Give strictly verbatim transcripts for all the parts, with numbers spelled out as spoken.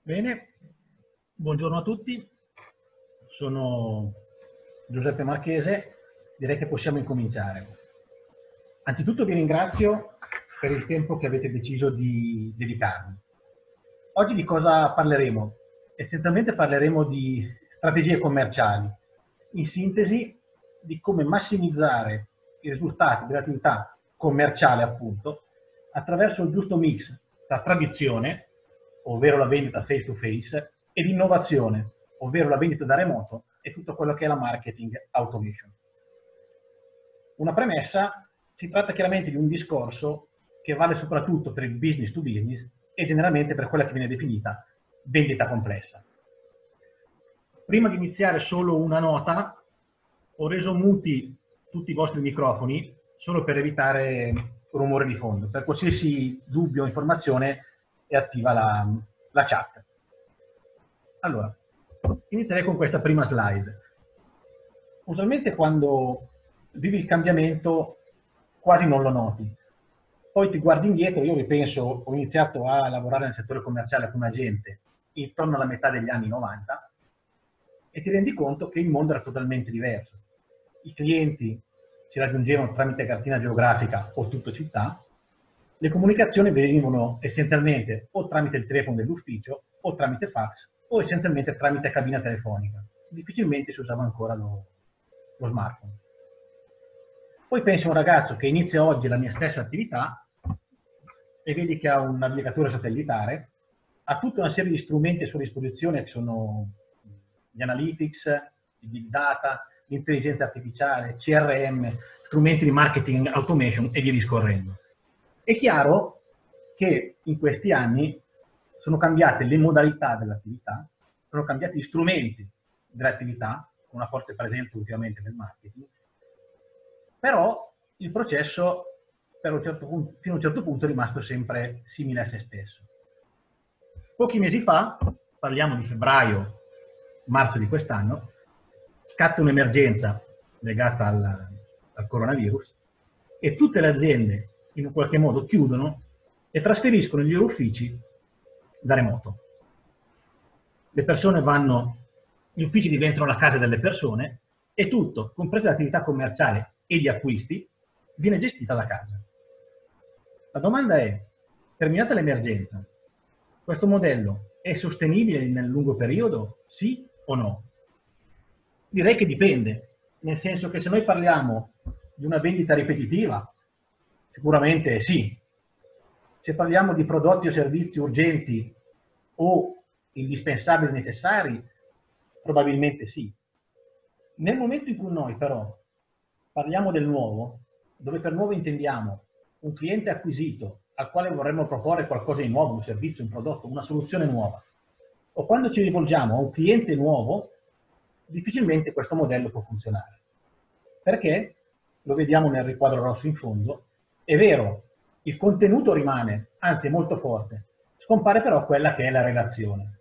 Bene, buongiorno a tutti, sono Giuseppe Marchese, direi che possiamo incominciare. Anzitutto vi ringrazio per il tempo che avete deciso di dedicarmi. Oggi di cosa parleremo? Essenzialmente parleremo di strategie commerciali, in sintesi di come massimizzare i risultati dell'attività commerciale, appunto, attraverso il giusto mix tra tradizione, ovvero la vendita face to face, ed innovazione, ovvero la vendita da remoto e tutto quello che è la marketing automation. Una premessa: si tratta chiaramente di un discorso che vale soprattutto per il business to business e generalmente per quella che viene definita vendita complessa. Prima di iniziare solo una nota: ho reso muti tutti i vostri microfoni solo per evitare rumore di fondo. Per qualsiasi dubbio o informazione è attiva la, la chat. Allora, inizierei con questa prima slide. Usualmente quando vivi il cambiamento quasi non lo noti. Poi ti guardi indietro. Io ripenso, ho iniziato a lavorare nel settore commerciale come agente intorno alla metà degli anni novanta e ti rendi conto che il mondo era totalmente diverso. I clienti si raggiungevano tramite cartina geografica o tutto città, le comunicazioni venivano essenzialmente o tramite il telefono dell'ufficio o tramite fax o essenzialmente tramite cabina telefonica. Difficilmente si usava ancora lo, lo smartphone. Poi pensi a un ragazzo che inizia oggi la mia stessa attività e vedi che ha un navigatore satellitare, ha tutta una serie di strumenti a sua disposizione che sono gli analytics, il big data, l'intelligenza artificiale, C R M, strumenti di marketing automation e via discorrendo. È chiaro che in questi anni sono cambiate le modalità dell'attività, sono cambiati gli strumenti dell'attività, con una forte presenza ultimamente nel marketing, però il processo per un certo punto, fino a un certo punto è rimasto sempre simile a se stesso. Pochi mesi fa, parliamo di febbraio, marzo di quest'anno, scatta un'emergenza legata al, al coronavirus e tutte le aziende in un qualche modo chiudono e trasferiscono i loro uffici da remoto. Le persone vanno, gli uffici diventano la casa delle persone e tutto, compresa l'attività commerciale e gli acquisti, viene gestita da casa. La domanda è: terminata l'emergenza, questo modello è sostenibile nel lungo periodo, sì o no? Direi che dipende, nel senso che se noi parliamo di una vendita ripetitiva, sicuramente sì. Se parliamo di prodotti o servizi urgenti o indispensabili necessari, probabilmente sì. Nel momento in cui noi però parliamo del nuovo, dove per nuovo intendiamo un cliente acquisito al quale vorremmo proporre qualcosa di nuovo, un servizio, un prodotto, una soluzione nuova, o quando ci rivolgiamo a un cliente nuovo, difficilmente questo modello può funzionare. Perché? Lo vediamo nel riquadro rosso in fondo. È vero, il contenuto rimane, anzi è molto forte, scompare però quella che è la relazione.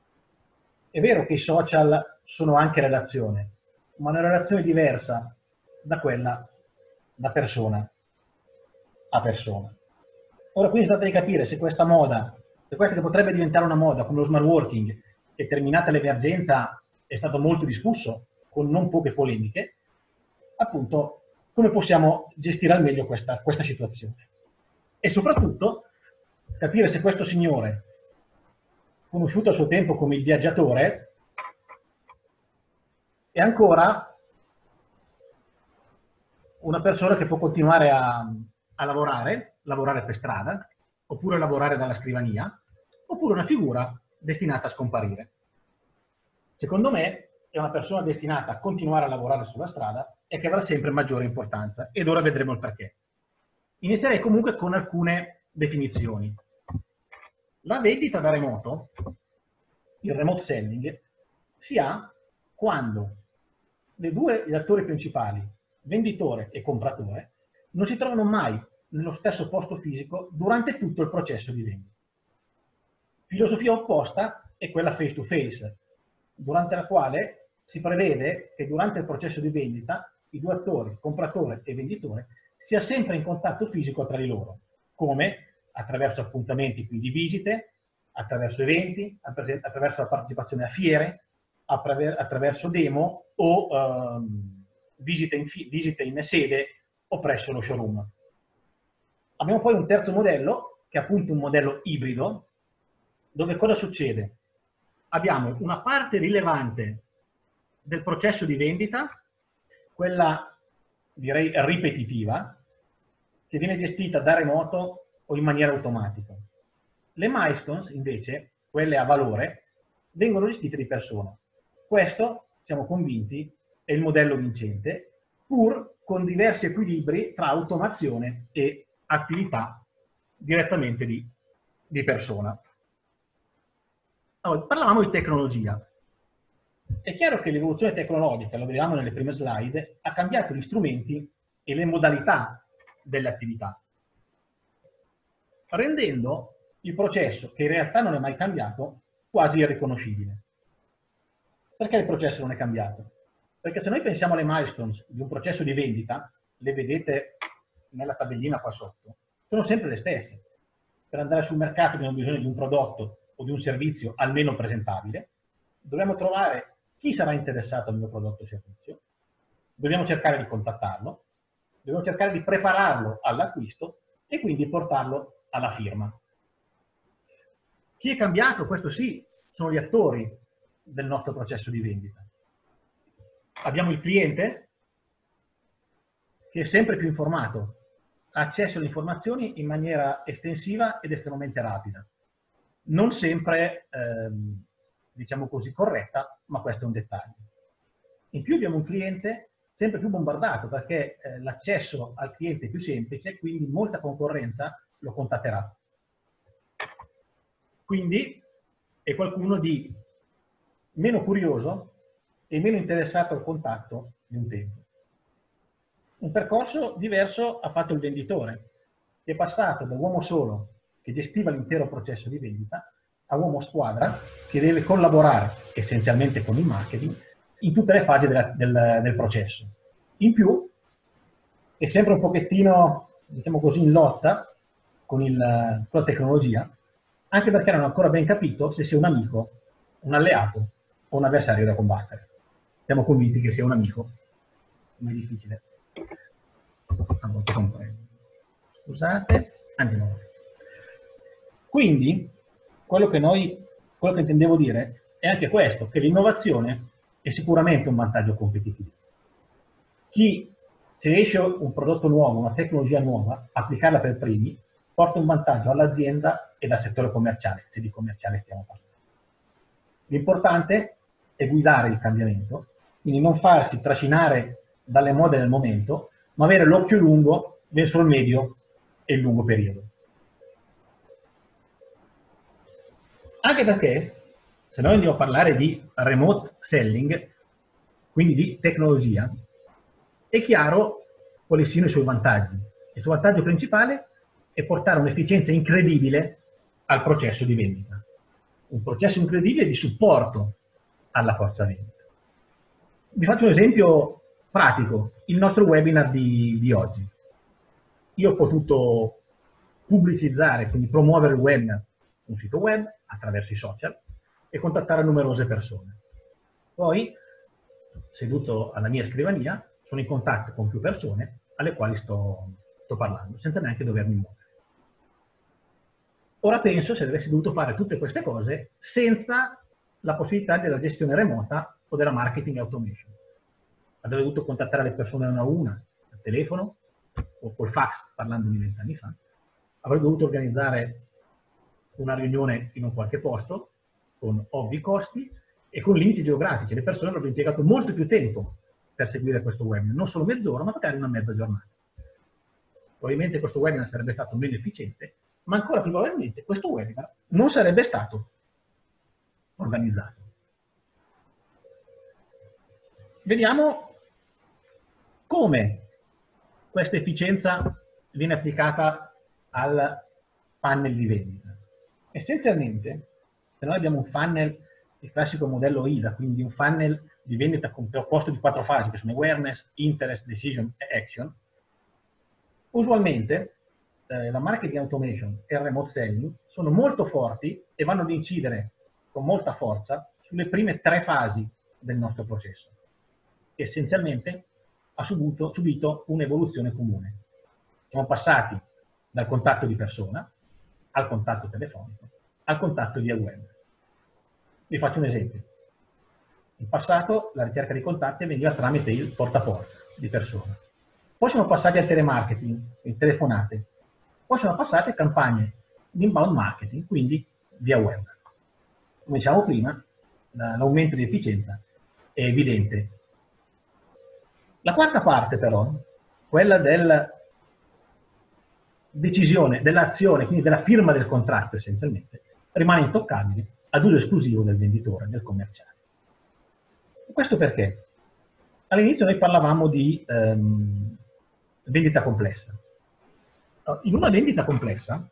È vero che i social sono anche relazione, ma una relazione diversa da quella da persona a persona. Ora quindi si tratta di capire se questa moda, se questa che potrebbe diventare una moda come lo smart working, che terminata l'emergenza è stato molto discusso, con non poche polemiche, appunto come possiamo gestire al meglio questa, questa situazione. E soprattutto capire se questo signore, conosciuto a suo tempo come il viaggiatore, è ancora una persona che può continuare a, a lavorare, lavorare per strada, oppure lavorare dalla scrivania, oppure una figura destinata a scomparire. Secondo me è una persona destinata a continuare a lavorare sulla strada e che avrà sempre maggiore importanza, ed ora vedremo il perché. Inizierei comunque con alcune definizioni. La vendita da remoto, il remote selling, si ha quando le due, gli attori principali, venditore e compratore, non si trovano mai nello stesso posto fisico durante tutto il processo di vendita. Filosofia opposta è quella face to face, durante la quale si prevede che durante il processo di vendita i due attori, compratore e venditore, sia sempre in contatto fisico tra di loro, come attraverso appuntamenti, quindi visite, attraverso eventi, attraverso la partecipazione a fiere, attraverso demo o ehm, visite, in visite in sede o presso lo showroom. Abbiamo poi un terzo modello, che è appunto un modello ibrido, dove cosa succede? Abbiamo una parte rilevante del processo di vendita, quella direi ripetitiva, che viene gestita da remoto o in maniera automatica. Le milestones, invece, quelle a valore, vengono gestite di persona. Questo, siamo convinti, è il modello vincente, pur con diversi equilibri tra automazione e attività direttamente di, di persona. Allora, parlavamo di tecnologia. È chiaro che l'evoluzione tecnologica, lo vedevamo nelle prime slide, ha cambiato gli strumenti e le modalità delle attività, rendendo il processo, che in realtà non è mai cambiato, quasi irriconoscibile. Perché il processo non è cambiato? Perché se noi pensiamo alle milestones di un processo di vendita, le vedete nella tabellina qua sotto, sono sempre le stesse. Per andare sul mercato abbiamo bisogno di un prodotto o di un servizio almeno presentabile, dobbiamo trovare chi sarà interessato al mio prodotto o servizio, dobbiamo cercare di contattarlo, dobbiamo cercare di prepararlo all'acquisto e quindi portarlo alla firma. Chi è cambiato? Questo sì, sono gli attori del nostro processo di vendita. Abbiamo il cliente che è sempre più informato, ha accesso alle informazioni in maniera estensiva ed estremamente rapida. Non sempre, ehm, diciamo così, corretta, ma questo è un dettaglio. In più abbiamo un cliente sempre più bombardato perché eh, l'accesso al cliente è più semplice, quindi molta concorrenza lo contatterà. Quindi è qualcuno di meno curioso e meno interessato al contatto di un tempo. Un percorso diverso ha fatto il venditore, che è passato da uomo solo che gestiva l'intero processo di vendita a uomo squadra che deve collaborare essenzialmente con il marketing in tutte le fasi della, del, del processo. In più è sempre un pochettino, diciamo così, in lotta con, il, con la tecnologia, anche perché non ha ancora ben capito se sia un amico, un alleato o un avversario da combattere. Siamo convinti che sia un amico, ma è difficile. A volte comprendo. Scusate, andiamo. Quindi, quello che noi, quello che intendevo dire è anche questo, che l'innovazione è sicuramente un vantaggio competitivo. Chi, se esce un prodotto nuovo, una tecnologia nuova, applicarla per primi, porta un vantaggio all'azienda e al settore commerciale, se di commerciale stiamo parlando. L'importante è guidare il cambiamento, quindi non farsi trascinare dalle mode del momento, ma avere l'occhio lungo verso il medio e il lungo periodo. Anche perché, se noi andiamo a parlare di remote selling, quindi di tecnologia, è chiaro quali siano i suoi vantaggi. Il suo vantaggio principale è portare un'efficienza incredibile al processo di vendita. Un processo incredibile di supporto alla forza vendita. Vi faccio un esempio pratico, il nostro webinar di, di oggi. Io ho potuto pubblicizzare, quindi promuovere il webinar su un sito web, attraverso i social, e contattare numerose persone. Poi, seduto alla mia scrivania, sono in contatto con più persone alle quali sto, sto parlando, senza neanche dovermi muovere. Ora penso se avessi dovuto fare tutte queste cose senza la possibilità della gestione remota o della marketing automation. Avrei dovuto contattare le persone una a una, al telefono o col fax, parlando di vent'anni fa. Avrei dovuto organizzare una riunione in un qualche posto, con ovvi costi e con limiti geografici. Le persone avrebbero impiegato molto più tempo per seguire questo webinar, non solo mezz'ora, ma magari una mezza giornata. Probabilmente questo webinar sarebbe stato meno efficiente, ma ancora più probabilmente questo webinar non sarebbe stato organizzato. Vediamo come questa efficienza viene applicata al funnel di vendita. Essenzialmente, se noi abbiamo un funnel, il classico modello I D A, quindi un funnel di vendita composto di quattro fasi, che sono awareness, interest, decision e action, usualmente eh, la marketing automation e il remote selling sono molto forti e vanno ad incidere con molta forza sulle prime tre fasi del nostro processo, che essenzialmente ha subito, subito un'evoluzione comune. Siamo passati dal contatto di persona al contatto telefonico, al contatto via web. Vi faccio un esempio. In passato la ricerca di contatti avveniva tramite il porta a porta di persona. Poi siamo passati al telemarketing, quindi telefonate. Poi siamo passati a campagne di inbound marketing, quindi via web. Come dicevamo prima, l'aumento di efficienza è evidente. La quarta parte però, quella della decisione, dell'azione, quindi della firma del contratto essenzialmente, rimane intoccabile ad uso esclusivo del venditore, del commerciale. Questo perché? All'inizio noi parlavamo di ehm, vendita complessa. In una vendita complessa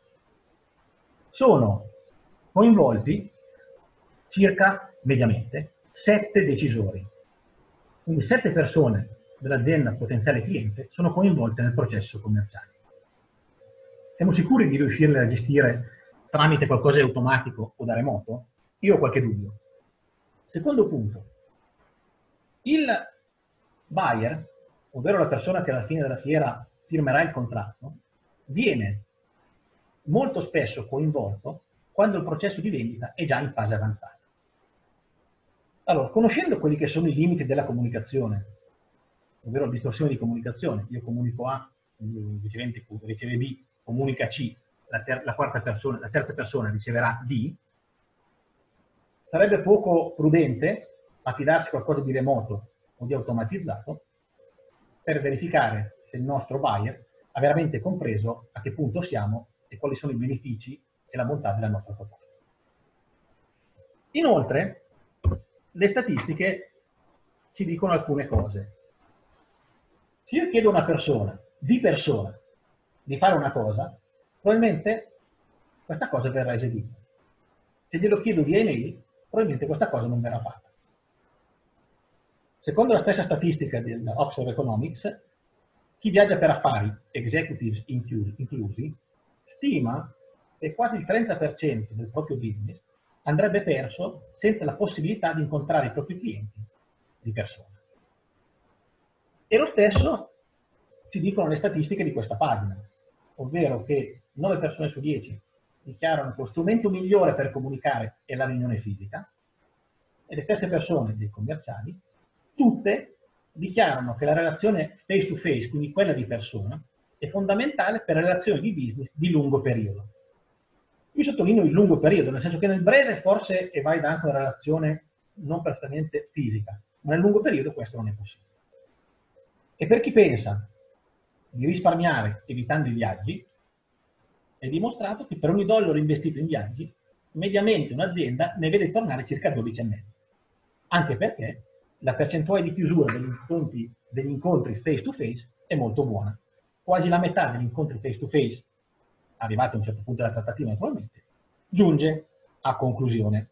sono coinvolti circa, mediamente, sette decisori. Quindi sette persone dell'azienda potenziale cliente sono coinvolte nel processo commerciale. Siamo sicuri di riuscirle a gestire tramite qualcosa di automatico o da remoto? Io ho qualche dubbio. Secondo punto, il buyer, ovvero la persona che alla fine della fiera firmerà il contratto, viene molto spesso coinvolto quando il processo di vendita è già in fase avanzata. Allora, conoscendo quelli che sono i limiti della comunicazione, ovvero la distorsione di comunicazione, io comunico A, il ricevente riceve B, comunica C, la, ter la, quarta persona, la terza persona riceverà D, sarebbe poco prudente affidarsi a qualcosa di remoto o di automatizzato per verificare se il nostro buyer ha veramente compreso a che punto siamo e quali sono i benefici e la bontà della nostra proposta. Inoltre, le statistiche ci dicono alcune cose. Se io chiedo a una persona, di persona, di fare una cosa, probabilmente questa cosa verrà eseguita. Se glielo chiedo via email, probabilmente questa cosa non verrà fatta. Secondo la stessa statistica dell'Oxford Economics, chi viaggia per affari, executives inclusi, stima che quasi il trenta per cento del proprio business andrebbe perso senza la possibilità di incontrare i propri clienti di persona. E lo stesso ci dicono le statistiche di questa pagina, ovvero che nove persone su dieci dichiarano che lo strumento migliore per comunicare è la riunione fisica, e le stesse persone, dei commerciali, tutte dichiarano che la relazione face to face, quindi quella di persona, è fondamentale per relazioni di business di lungo periodo. Io sottolineo il lungo periodo, nel senso che nel breve forse è valida anche una relazione non perfettamente fisica, ma nel lungo periodo questo non è possibile. E per chi pensa di risparmiare evitando i viaggi, è dimostrato che per ogni dollaro investito in viaggi, mediamente un'azienda ne vede tornare circa dodici e mezzo. Anche perché la percentuale di chiusura degli incontri, degli incontri face to face è molto buona. Quasi la metà degli incontri face to face, arrivati a un certo punto della trattativa naturalmente, giunge a conclusione.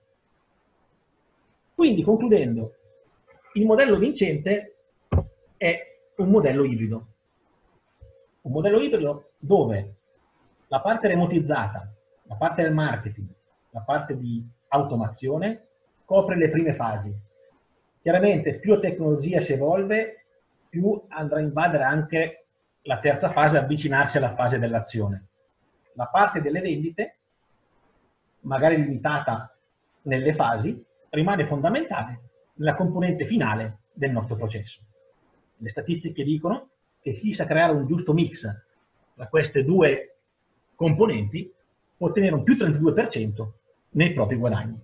Quindi, concludendo, il modello vincente è un modello ibrido. Un modello ibrido dove la parte remotizzata, la parte del marketing, la parte di automazione copre le prime fasi. Chiaramente più la tecnologia si evolve, più andrà a invadere anche la terza fase, avvicinarsi alla fase dell'azione. La parte delle vendite, magari limitata nelle fasi, rimane fondamentale nella componente finale del nostro processo. Le statistiche dicono che chi sa creare un giusto mix tra queste due componenti può ottenere un più trentadue per cento nei propri guadagni.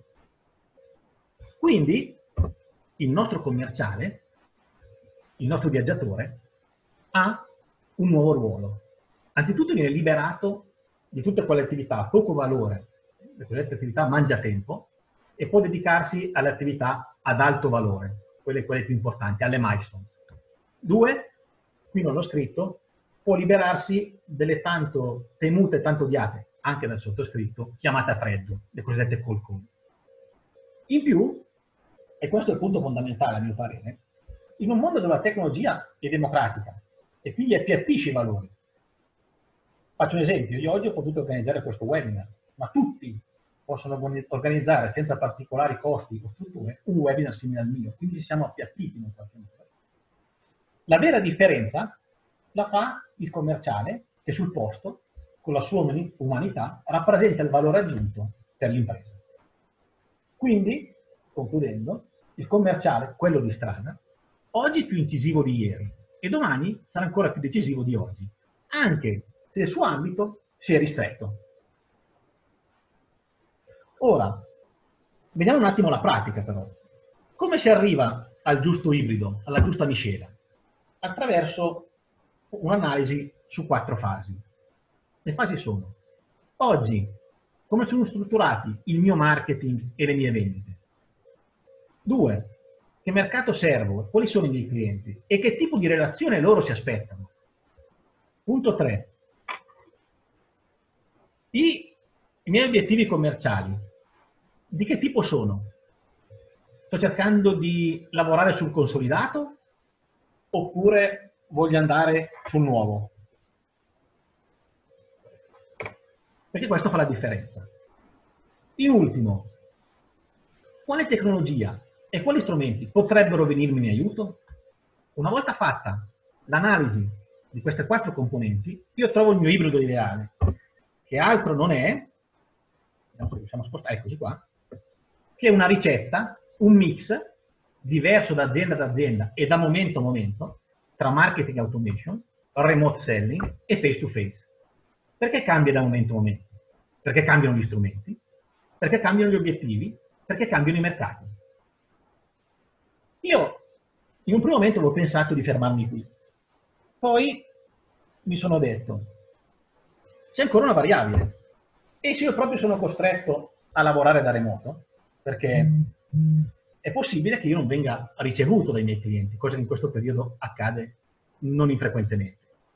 Quindi il nostro commerciale, il nostro viaggiatore, ha un nuovo ruolo. Anzitutto viene liberato di tutte quelle attività a poco valore, le cosiddette attività mangiatempo, e può dedicarsi alle attività ad alto valore, quelle, quelle più importanti, alle milestones. Due, qui non l'ho scritto, può liberarsi delle tanto temute e tanto odiate, anche dal sottoscritto, chiamate a freddo, le cosiddette cold call. In più, e questo è il punto fondamentale a mio parere, in un mondo dove la tecnologia è democratica e quindi appiattisce i valori, Faccio un esempio, io oggi ho potuto organizzare questo webinar, ma tutti possono organizzare senza particolari costi o strutture un webinar simile al mio, quindi ci siamo appiattiti in un qualche modo. La vera differenza la fa il commerciale che sul posto, con la sua umanità, rappresenta il valore aggiunto per l'impresa. Quindi, concludendo, il commerciale, quello di strada, oggi è più incisivo di ieri e domani sarà ancora più decisivo di oggi, anche se il suo ambito si è ristretto. Ora, vediamo un attimo la pratica però. Come si arriva al giusto ibrido, alla giusta miscela? Attraverso un'analisi su quattro fasi. Le fasi sono: oggi, come sono strutturati il mio marketing e le mie vendite? Due, che mercato servo? Quali sono i miei clienti? E che tipo di relazione loro si aspettano? Punto tre. I, i miei obiettivi commerciali, di che tipo sono? Sto cercando di lavorare sul consolidato oppure voglio andare sul nuovo? Perché questo fa la differenza. In ultimo, quale tecnologia e quali strumenti potrebbero venirmi in aiuto? Una volta fatta l'analisi di queste quattro componenti, io trovo il mio ibrido ideale, che altro non è, vediamo se riusciamo a spostare, eccoci qua, che è una ricetta, un mix diverso da azienda ad azienda e da momento a momento, tra marketing automation, remote selling e face to face. Perché cambia da momento a momento? Perché cambiano gli strumenti, perché cambiano gli obiettivi, perché cambiano i mercati. Io in un primo momento avevo pensato di fermarmi qui, poi mi sono detto c'è ancora una variabile e se io proprio sono costretto a lavorare da remoto, perché è possibile che io non venga ricevuto dai miei clienti, cosa che in questo periodo accade non infrequentemente.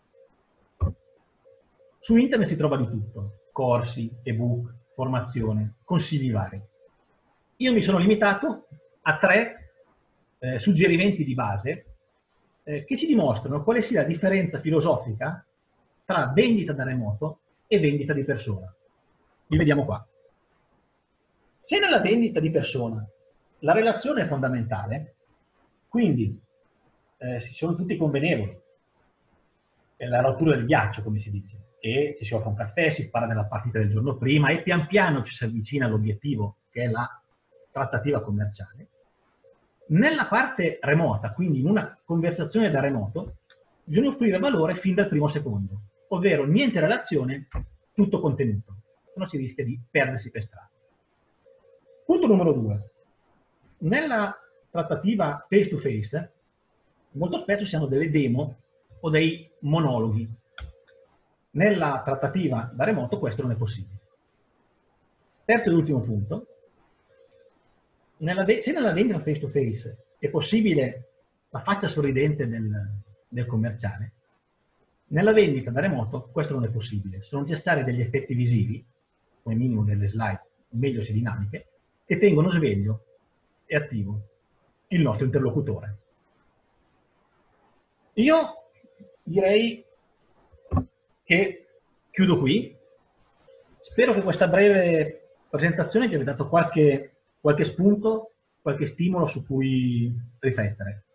Su internet si trova di tutto, corsi, ebook, formazione, consigli vari. Io mi sono limitato a tre eh, suggerimenti di base eh, che ci dimostrano quale sia la differenza filosofica tra vendita da remoto e vendita di persona. Li vediamo qua. Se nella vendita di persona la relazione è fondamentale, quindi eh, si sono tutti convenevoli, è la rottura del ghiaccio, come si dice, e ci si offre un caffè, si parla della partita del giorno prima e pian piano ci si avvicina all'obiettivo che è la trattativa commerciale. Nella parte remota, quindi in una conversazione da remoto, bisogna offrire valore fin dal primo secondo, ovvero niente relazione, tutto contenuto, se no si rischia di perdersi per strada. Punto numero due. Nella trattativa face to face, molto spesso si hanno delle demo o dei monologhi. Nella trattativa da remoto questo non è possibile. Terzo ed ultimo punto. Nella se nella vendita face to face è possibile la faccia sorridente del, del commerciale, nella vendita da remoto questo non è possibile. Sono necessari degli effetti visivi, come minimo delle slide, meglio se dinamiche, che tengono sveglio e attivo il nostro interlocutore. Io direi che chiudo qui. Spero che questa breve presentazione vi abbia dato qualche, qualche spunto, qualche stimolo su cui riflettere.